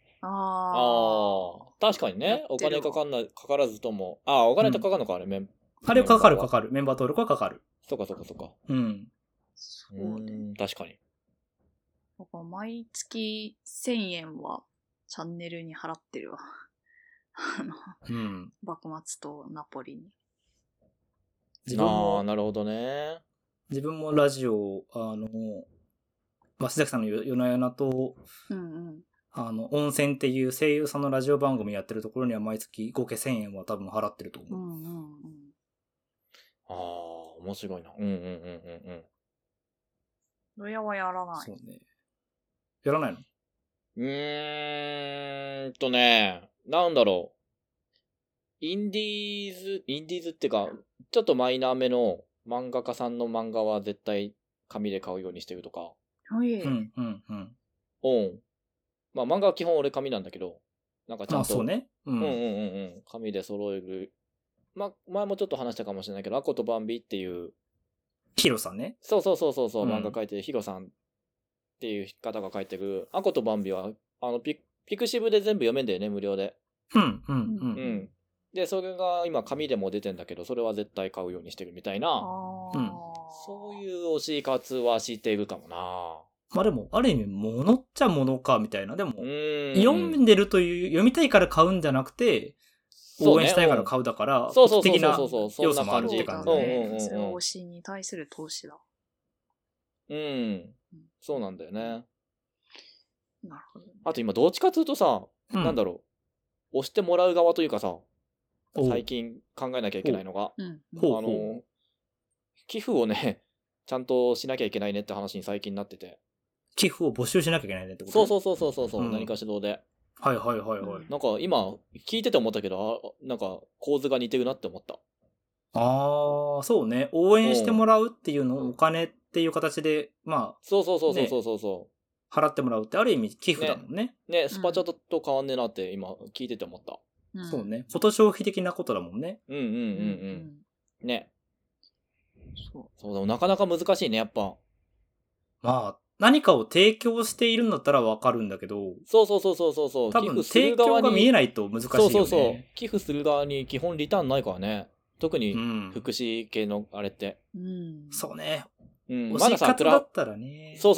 確かにね。お金かからずとも。お金とかかるのか、あれ、 あれかかる。メンバー登録はかかる。 そうか。確かに。 毎月1000円はチャンネルに払ってるわ。幕末とナポリに。 なるほどね。 自分もラジオ、鷲崎さんの夜な夜なと、温泉っていう声優さんのラジオ番組やってるところには毎月合計1000円は多分払ってると思う。 面白いな。 ロヤはやらない。 そうね。やらないの？ なんだろう。インディーズってか、ちょっとマイナーめの漫画家さんの漫画は絶対紙で買うようにしてるとか。まあ漫画は基本俺紙なんだけど、なんかちゃんと。 そうね。 紙で揃える。前もちょっと話したかもしれないけど、アコとバンビっていう。 ヒロさんね。 そう、漫画描いてるヒロさんっていう方が書いてる、アコとバンビは、ピクシブで全部読めんだよね、無料で。で、それが今紙でも出てんだけど、それは絶対買うようにしてるみたいな。そういう推し活はしてるかもな。 でも、ある意味、物っちゃ物か、みたいな。でも、読んでるという、読みたいから買うんじゃなくて、応援したいから買うだから、 そう的な要素もあるって感じね。それは推しに対する投資だ。 そうなんだよね。 なるほど。 あと今、どっちかというとさ、なんだろう。押してもらう側というかさ、最近考えなきゃいけないのが、寄付をね、ちゃんとしなきゃいけないねって話に最近なってて。 寄付を募集しなきゃいけないねってこと？ そう、何かしらで。 はい。 なんか今、聞いてて思ったけど、なんか構図が似てるなって思った。 そうね。応援してもらうっていうのをお金っていう形で、 そう。 払ってもらうってある意味寄付だもんね。 スパチャと変わんねえなって今聞いてて思った。 そうね。こと消費的なことだもんね。 ね。そうだ、なかなか難しいね、やっぱ。 何かを提供しているんだったらわかるんだけど。 そう。 多分提供が見えないと難しいよね。 そう。寄付する側に基本リターンないからね。特に福祉系のあれって。 そうね。 まださ、 だったらね。 そう、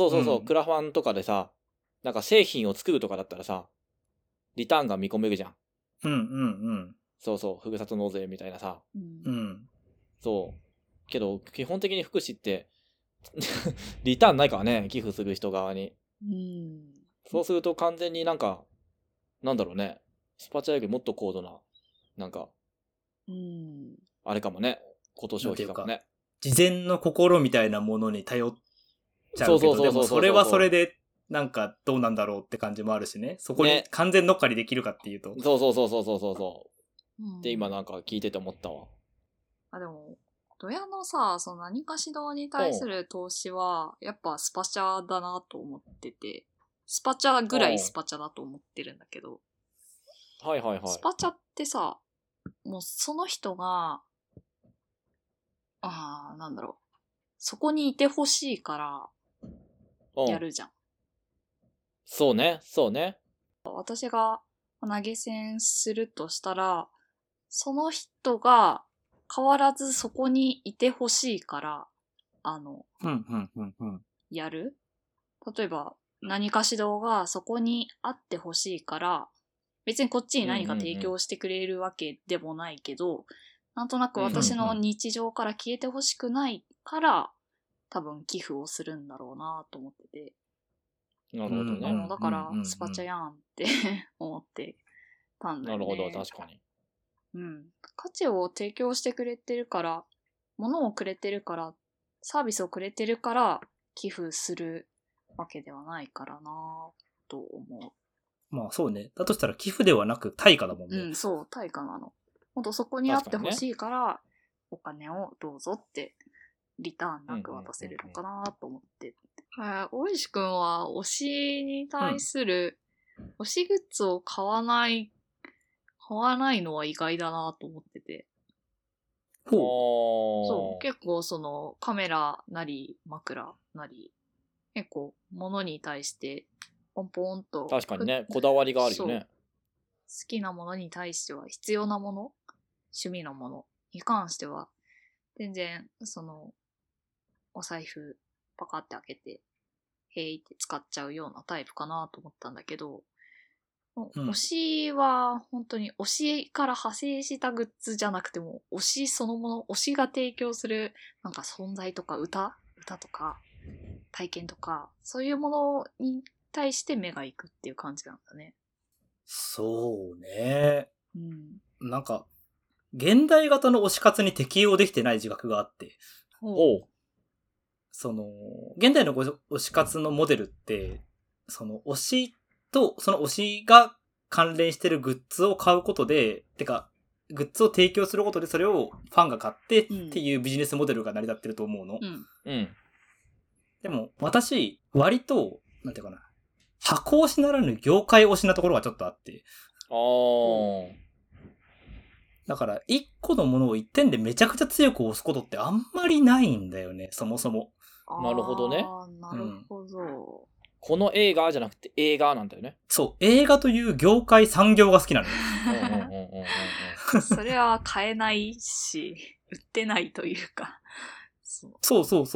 クラファンとかでさ、なんか製品を作るとかだったらさ、リターンが見込めるじゃん。そう、ふるさと納税みたいなさ。そう。けど、基本的に福祉って、リターンないからね、寄付する人側に。そうすると完全になんか、なんだろうね、スパチャよりもっと高度な、なんか、あれかもね、こと消費かもね。 事前の心みたいなものに頼っちゃうけど、でもそれはそれで、なんかどうなんだろうって感じもあるしね。そこに完全乗っかりできるかっていうと。 そう。で、今なんか聞いてて思ったわ。 でも、ドヤのさ、その何かしらに対する投資は、やっぱスパチャだなと思ってて、スパチャぐらいスパチャだと思ってるんだけど。 はい。 スパチャってさ、もうその人が、なんだろう。そこにいてほしいから、やるじゃん。 そうね。 私が投げ銭するとしたら、その人が変わらずそこにいてほしいから、やる？例えば、何かしらがそこにあってほしいから、別にこっちに何か提供してくれるわけでもないけど、なんとなく私の日常から消えてほしくないから、多分寄付をするんだろうなと思ってて。 なるほどね。 だからスパチャやんって思ってたんだよね。 なるほど、確かに。 価値を提供してくれてるから、物をくれてるから、サービスをくれてるから寄付するわけではないからなと思う。まあそうね。だとしたら寄付ではなく対価だもんね。 そう、対価なの。ほんとそこにあってほしいから、お金をどうぞってリターンなく渡せるのかなと思って。大石くんは推しに対する、推しグッズを買わないのは意外だなと思ってて。そう、結構そのカメラなり枕なり、結構物に対してポンポンと。 確かにね、こだわりがあるよね。 好きなものに対しては必要なもの、趣味のものに関しては、全然そのお財布パカって開けて、へいって使っちゃうようなタイプかなと思ったんだけど、推しは本当に推しから派生したグッズじゃなくても、推しそのもの、推しが提供するなんか存在とか歌とか体験とか、そういうものに対して目がいくっていう感じなんだね。 そうね。なんか、現代型の推し活に適用できてない自覚があって。その、現代の推し活のモデルって、その推しと、その推しが関連してるグッズを買うことで、グッズを提供することでそれをファンが買ってっていうビジネスモデルが成り立ってると思うの。でも、私、割と、なんていうかな、箱推しならぬ業界推しなところがちょっとあって。だから、一個のものを一点でめちゃくちゃ強く推すことってあんまりないんだよね、そもそも。 なるほどね。 なるほど。 この映画じゃなくて映画なんだよね。 そう、映画という業界産業が好きなのよ。 それは買えないし、売ってないというか。 そう。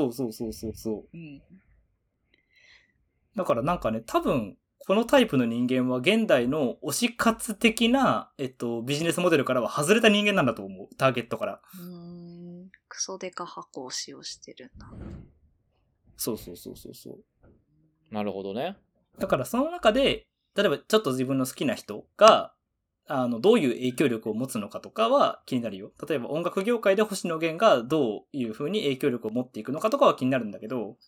だからなんかね、多分、このタイプの人間は現代の推し活的な、ビジネスモデルからは外れた人間なんだと思う。ターゲットから。 クソデカ箱を使用してるんだ。 そう。 なるほどね。 だからその中で、例えばちょっと自分の好きな人が、どういう影響力を持つのかとかは気になるよ。例えば音楽業界で星野源がどういう風に影響力を持っていくのかとかは気になるんだけど、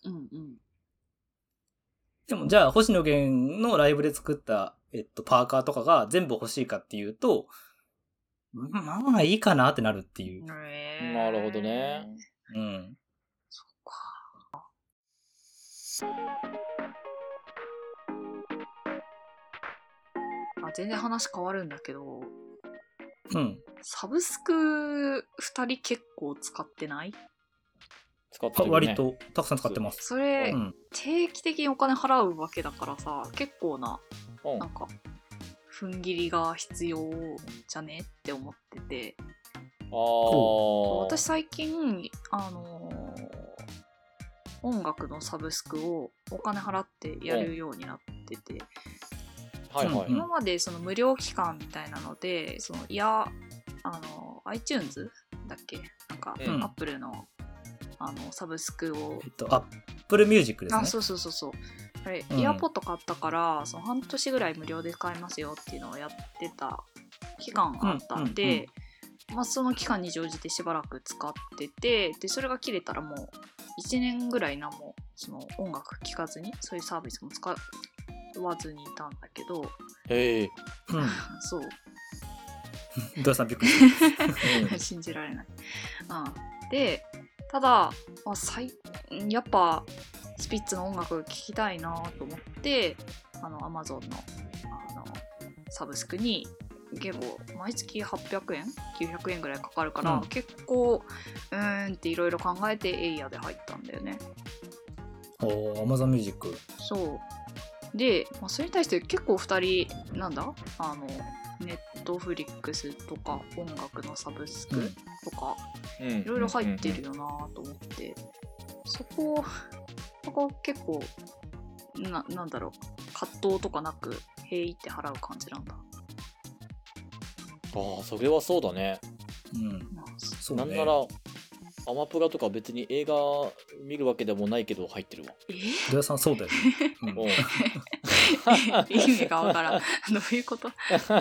でもじゃあ星野源のライブで作った、パーカーとかが全部欲しいかっていうと、まあいいかなってなるっていう。 なるほどね。 そっか。全然話変わるんだけど、サブスク2人結構使ってない？ 使ってるね。 割とたくさん使ってます。 それ、定期的にお金払うわけだからさ、結構な、なんか踏ん切りが必要じゃねって思ってて。私最近音楽のサブスクをお金払ってやるようになってて、今までその無料期間みたいなので、そのiTunes だっけ、なんか、Apple のサブスクを、 Apple Music ですね。 そう。あれ、イヤーポッド買ったからその半年ぐらい無料で買えますよっていうのをやってた期間があったんで、その期間に乗じてしばらく使ってて、でそれが切れたらもう1年ぐらい何もその音楽聴かずに、そういうサービスも使わずにいたんだけど、そう。 どうしたびっくりした。信じられない。で、ただ、やっぱスピッツの音楽聴きたいなと思って、Amazon のサブスクに結構毎月800円900円ぐらいかかるから、結構っていろいろ考えてエイヤで入ったんだよね。 Amazon Music。 そうで、それに対して結構2人なんだネットフリックスとか音楽のサブスクとかいろいろ入ってるよなと思って、そこ結構なんだろう、葛藤とかなくへいって払う感じなんだ。 それはそうだね。 そうね。 なんならアマプラとか別に映画見るわけでもないけど入ってるわ。 土屋さんそうだよね。 意味がわからん。どういうこと？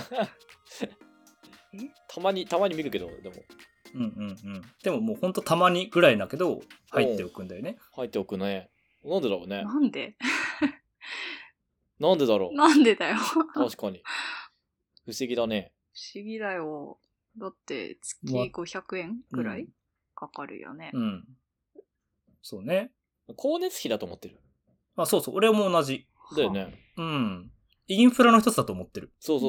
たまに見るけど、でも。 でももうほんとたまにぐらいだけど入っておくんだよね。 入っておくね。なんでだろうね。 なんで？ なんでだろう。 なんでだよ。 確かに。不思議だね。 不思議だよ。だって月500円ぐらいかかるよね。 そうね。 光熱費だと思ってる。 あ、そうそう。俺も同じ。 だよね。 インフラの一つだと思ってる。 そう。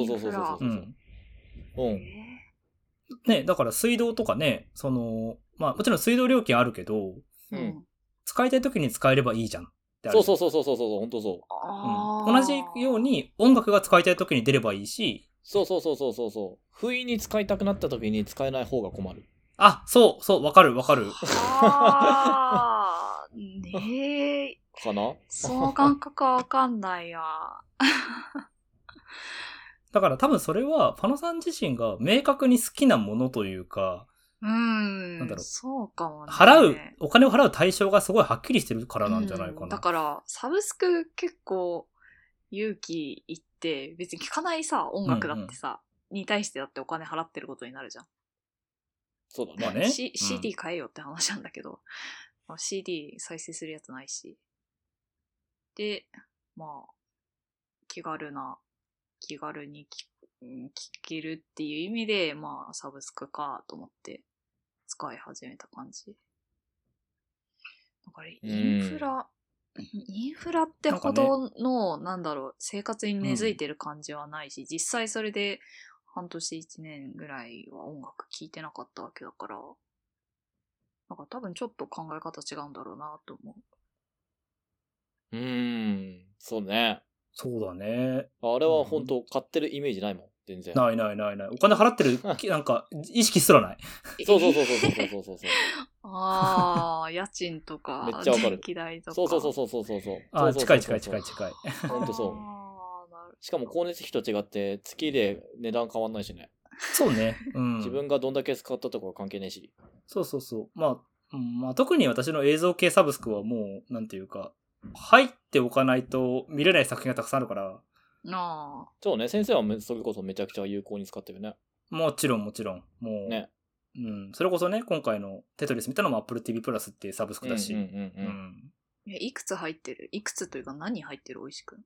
ね、だから水道とかね、もちろん水道料金あるけど、使いたい時に使えればいいじゃん。 そう、本当そう。 同じように音楽が使いたい時に出ればいいし、 そう。不意に使いたくなった時に使えない方が困る。 あ、そう、わかる。 ねえ。 かな？ その感覚はわかんないや。 だから多分それはパノさん自身が明確に好きなものというか、なんだろう。 そうかもね。 お金を払う対象がすごいはっきりしてるからなんじゃないかな。 だからサブスク結構勇気いって別に聴かないさ音楽だってさ、に対してだってお金払ってることになるじゃん。 そうだね。 CD 買えよって話なんだけど、CD 再生するやつないし。で、まあ気軽に聴けるっていう意味で、まあサブスクかと思って使い始めた感じ。だからインフラってほどの、なんだろう、生活に根付いてる感じはないし、実際それで半年1年ぐらいは音楽聴いてなかったわけだから、なんか多分ちょっと考え方違うんだろうなと思う。 そうね。 そうだね。 あれは本当買ってるイメージないもん、全然。 ない。お金払ってる、なんか、意識すらない。 そう。 ああ、家賃とか、 めっちゃわかる。 電気代とか。 そう。 あ、近い。 ほんとそう。しかも光熱費と違って月で値段変わんないしね。 そうね。 自分がどんだけ使ったとかは関係ないし。 そう。まあ、特に私の映像系サブスクはもう、なんていうか、入っておかないと見れない作品がたくさんあるから。 そうね、先生はそれこそめちゃくちゃ有効に使ってるね。 もちろん。もう、 ね。 それこそね、今回のテトリス見たのも Apple TV プラスっていうサブスクだし。 いくつ入ってる？いくつというか何入ってる？おいしくん。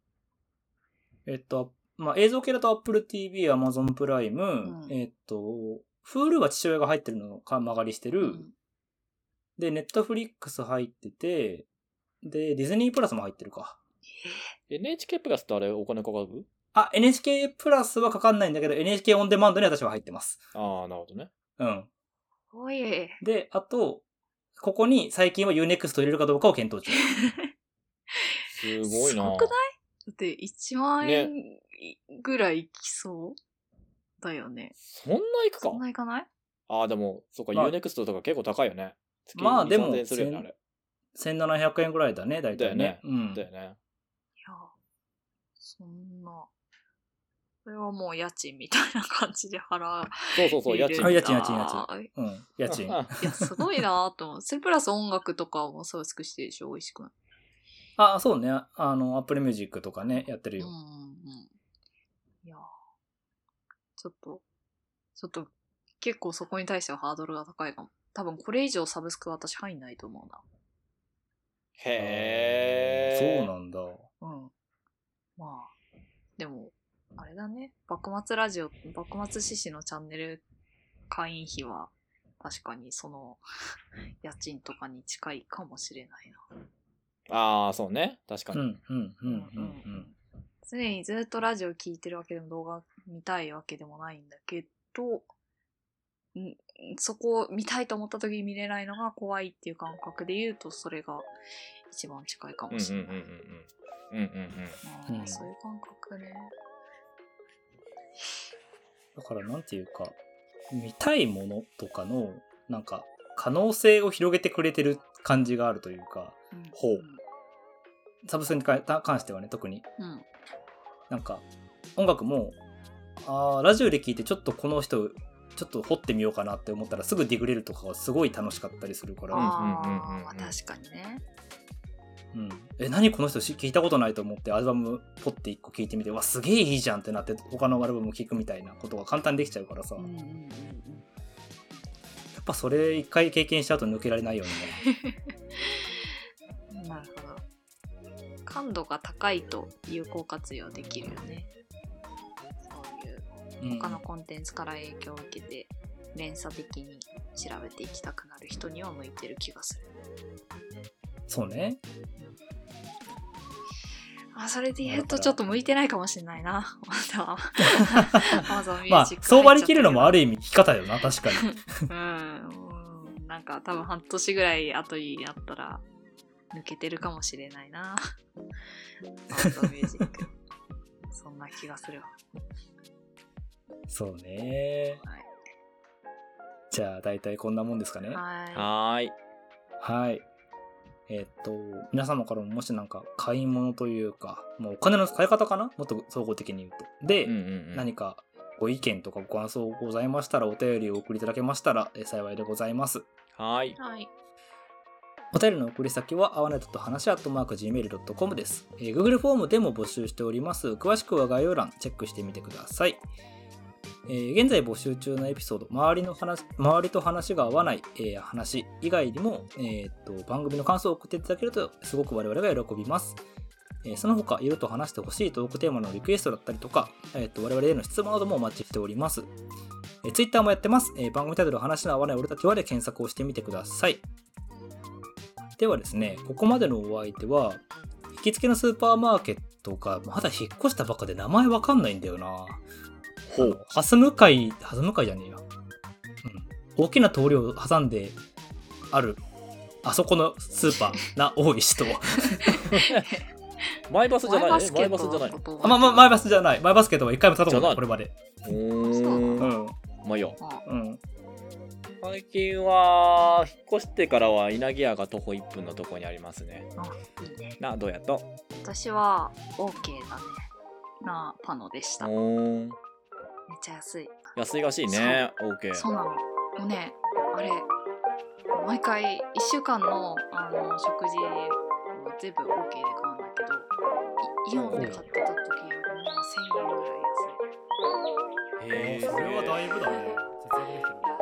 まあ、映像系だと Apple TV、Amazon プライム、Hulu は父親が入ってるのを間借りしてる。で、Netflix 入ってて、で、ディズニープラスも入ってるか。 NHK プラスってあれお金かかる？ あ、NHK プラスはかかんないんだけど、NHK オンデマンドに私は入ってます。 ああ、なるほどね。 おい。 で、あと、ここに最近は Unext 入れるかどうかを検討中。 すごいな。 すごくない？だって1万円ぐらいいきそうだよね。 そんないくか？ そんないかない？ ああ、でも、そっか、Unext とか結構高いよね。 まあでも、 1700 円ぐらいだね、大体ね。 だよね。いや、 そんな。それはもう家賃みたいな感じで払う。 そう、家賃。 家賃。家賃。 いや、すごいなと思う。それプラス音楽とかもサブスクしてるでしょ、おいしくん。 あ、そうね。Apple Music とかね、やってるよ。 いや、ちょっと、結構そこに対してはハードルが高いかも。多分これ以上サブスクは私入んないと思うな。 へー。そうなんだ。 まあ、でも、あれだね。幕末志士のチャンネル会員費は、確かにその、家賃とかに近いかもしれないな。ああ、そうね。確かに。 常にずっとラジオ聞いてるわけでも動画見たいわけでもないんだけど、そこを見たいと思った時に見れないのが怖いっていう感覚で言うと、それが一番近いかもしれない。そういう感覚ね。 だからなんていうか、見たいものとかのなんか可能性を広げてくれてる感じがあるというか、サブスクに関してはね、特に、なんか音楽もラジオで聞いてちょっとこの人ちょっと掘ってみようかなって思ったらすぐディグれるとかがすごい楽しかったりするから。 確かにね。 何この人聞いたことないと思ってアルバムポッて1個聞いてみて、わすげえいいじゃんってなって他のアルバム聞くみたいなことが簡単にできちゃうからさ、やっぱそれ一回経験しちゃうと抜けられないよね。 なるほど。感度が高いと有効活用できるよね。そういう他のコンテンツから影響を受けて連鎖的に調べていきたくなる人には向いてる気がする。 そうね。 それで言うとちょっと向いてないかもしれないな。 まあそう割り切るのもある意味生き方よな、確かに。 なんか多分半年ぐらい後になったら抜けてるかもしれないな。Amazon Music そんな気がするわ。 そうね、はい、じゃあ大体こんなもんですかね。 はい。 皆様からももしなんか買い物というか、もうお金の使い方かな、もっと総合的に言うとで、何かご意見とかご感想ございましたらお便りをお送りいただけましたら幸いでございます。 はい。 お便りの送り先はあわないと話@gmail.com です。Google フォームでも募集しております。詳しくは概要欄チェックしてみてください。現在募集中のエピソード、周りと話が合わない、話以外にも、番組の感想を送っていただけるとすごく我々が喜びます。その他、いろいろと話してほしいトークテーマのリクエストだったりとか、我々への質問などもお待ちしております。Twitter もやってます。番組タイトル話の合わない俺たちはで検索をしてみてください。ではですね、ここまでのお相手は、行きつけのスーパーマーケットがまだ引っ越したばっかで名前わかんないんだよな。蓮向かいじゃねえよ。大きな通りを挟んである、あそこのスーパーな大石と。 マイバスじゃない。マイバスじゃない。 マイバスじゃない。マイバスケットは一回も使ったことない、これまで。 まあいいよ。最近は引っ越してからは稲毛屋が徒歩1分のとこにありますね。 いいね。 どうやと？ 私は OK だね。パノでした。めっちゃ安い。 安いらしいね。OK。 そうなの。もうね、あれ毎回1週間の食事を全部 OK で買うんだけど、イオンで買ってた時よりも1000円ぐらい安い。 それはだいぶだね。節約できる。